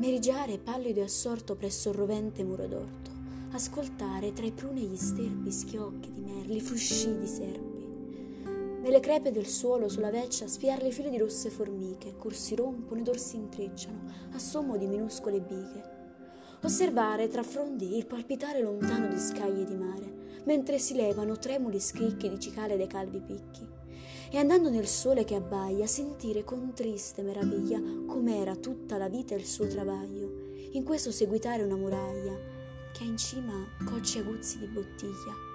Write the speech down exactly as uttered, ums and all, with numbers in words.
merigiare pallido e assorto presso il rovente muro d'orto, ascoltare tra i pruni gli sterpi schiocchi di merli, frusci di serpi. Nelle crepe del suolo sulla veccia spiar le file di rosse formiche, cor si rompono ed or si intrecciano, a sommo di minuscole bighe. Osservare tra frondi il palpitare lontano di scaglie di mare, mentre si levano tremuli scricchi di cicale dai calvi picchi. E andando nel sole che abbaia, sentire con triste meraviglia com'era tutta la vita e il suo travaglio, in questo seguitare una muraglia, che ha in cima cocci aguzzi di bottiglia.